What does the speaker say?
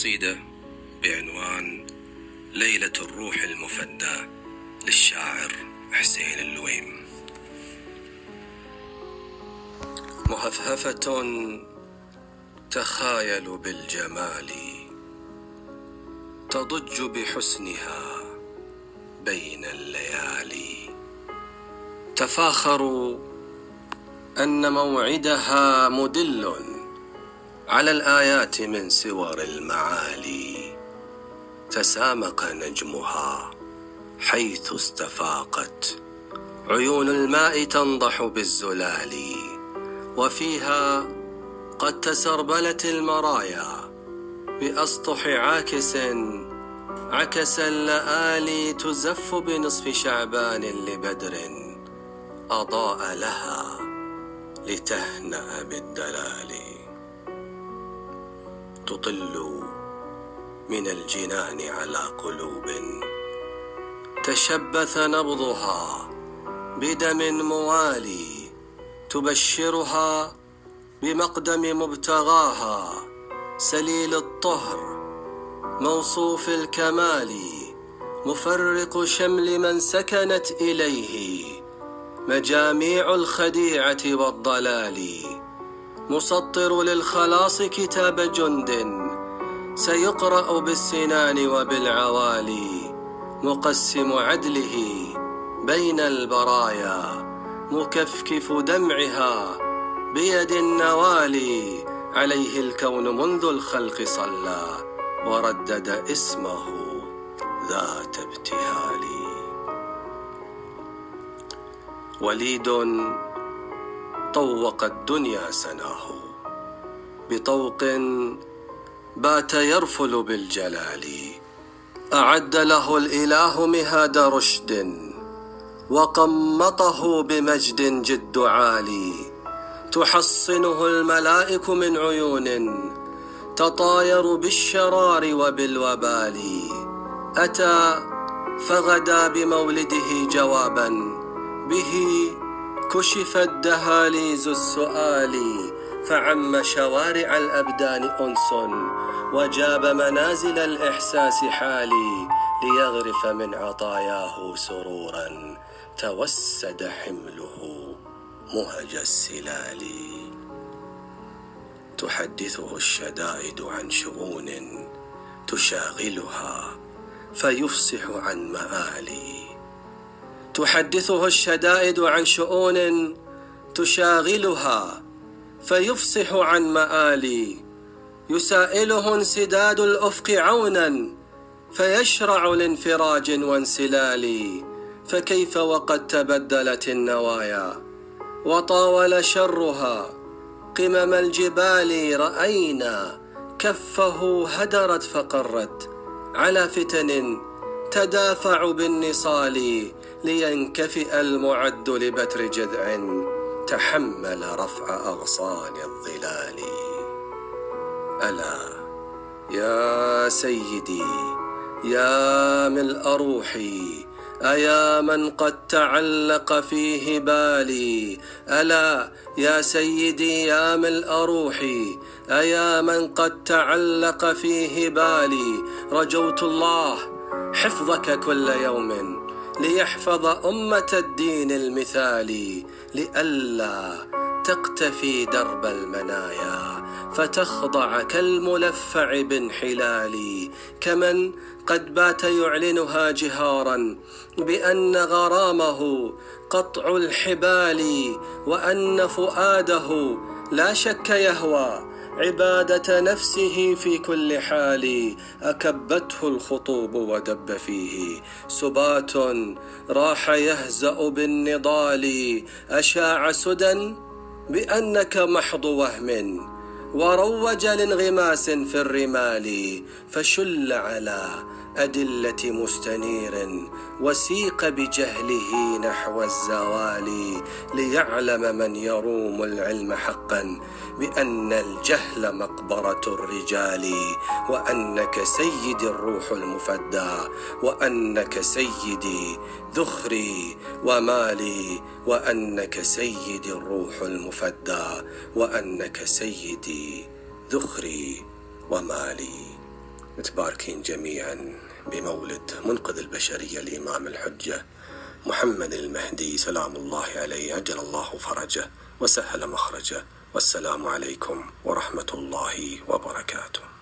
قصيدة بعنوان ليلة الروح المفدى للشاعر حسين اللويم. مهفهفة تخايل بالجمال، تضج بحسنها بين الليالي، تفاخر أن موعدها مدل على الآيات من سور المعالي، تسامق نجمها حيث استفاقت عيون الماء تنضح بالزلال، وفيها قد تسربلت المرايا بأسطح عكس اللآلي، تزف بنصف شعبان لبدر أضاء لها لتهنأ بالدلال، تطل من الجنان على قلوب تشبث نبضها بدم موالي، تبشرها بمقدم مبتغاها سليل الطهر موصوف الكمال، مفرق شمل من سكنت إليه مجاميع الخديعة والضلال، مسطر للخلاص كتاب جند سيقرأ بالسنان وبالعوالي، مقسم عدله بين البرايا مكفكف دمعها بيد النوالي، عليه الكون منذ الخلق صلى وردد اسمه ذات ابتهال. وليد طوق الدنيا سناه بطوق بات يرفل بالجلال، أعد له الإله مهاد رشد وقمطه بمجد جد عالي، تحصنه الملائك من عيون تطاير بالشرار وبالوبال، أتى فغدا بمولده جوابا به كشفت دهاليز السؤال، فعم شوارع الأبدان أنس وجاب منازل الإحساس حالي، ليغرف من عطاياه سرورا توسد حمله مهج السلال، تحدثه الشدائد عن شؤون تشاغلها فيفصح عن مآلي، تحدثه الشدائد عن شؤون تشاغلها فيفصح عن مآلي، يسائله انسداد الأفق عونا فيشرع لانفراج وانسلال، فكيف وقد تبدلت النوايا وطاول شرها قمم الجبال، رأينا كفه هدرت فقرت على فتن تدافع بالنصال، لينكفئ المعد لبتر جذع تحمل رفع أغصان الظلال. ألا يا سيدي يا ملء روحي، أيا من قد تعلق فيه بالي، ألا يا سيدي يا ملء روحي، أيا من قد تعلق فيه بالي، رجوت الله حفظك كل يوم ليحفظ أمة الدين المثالي، لئلا تقتفي درب المنايا فتخضع كالملفع بانحلال، كمن قد بات يعلنها جهارا بأن غرامه قطع الحبال، وأن فؤاده لا شك يهوى عبادة نفسه في كل حال، أكبته الخطوب ودب فيه سبات راح يهزأ بالنضال، أشاع سدى بأنك محض وهم وروج لانغماس في الرمال، فشل على أدلة مستنير وسيق بجهله نحو الزوال، ليعلم من يروم العلم حقا بأن الجهل مقبرة الرجال، وأنك سيدي الروح المفدى، وأنك سيدي ذخري ومالي، وأنك سيدي الروح المفدى، وأنك سيدي ذخري ومالي. متباركين جميعا بمولد منقذ البشرية الإمام الحجة محمد المهدي سلام الله عليه، عجل الله فرجه وسهل مخرجه. والسلام عليكم ورحمة الله وبركاته.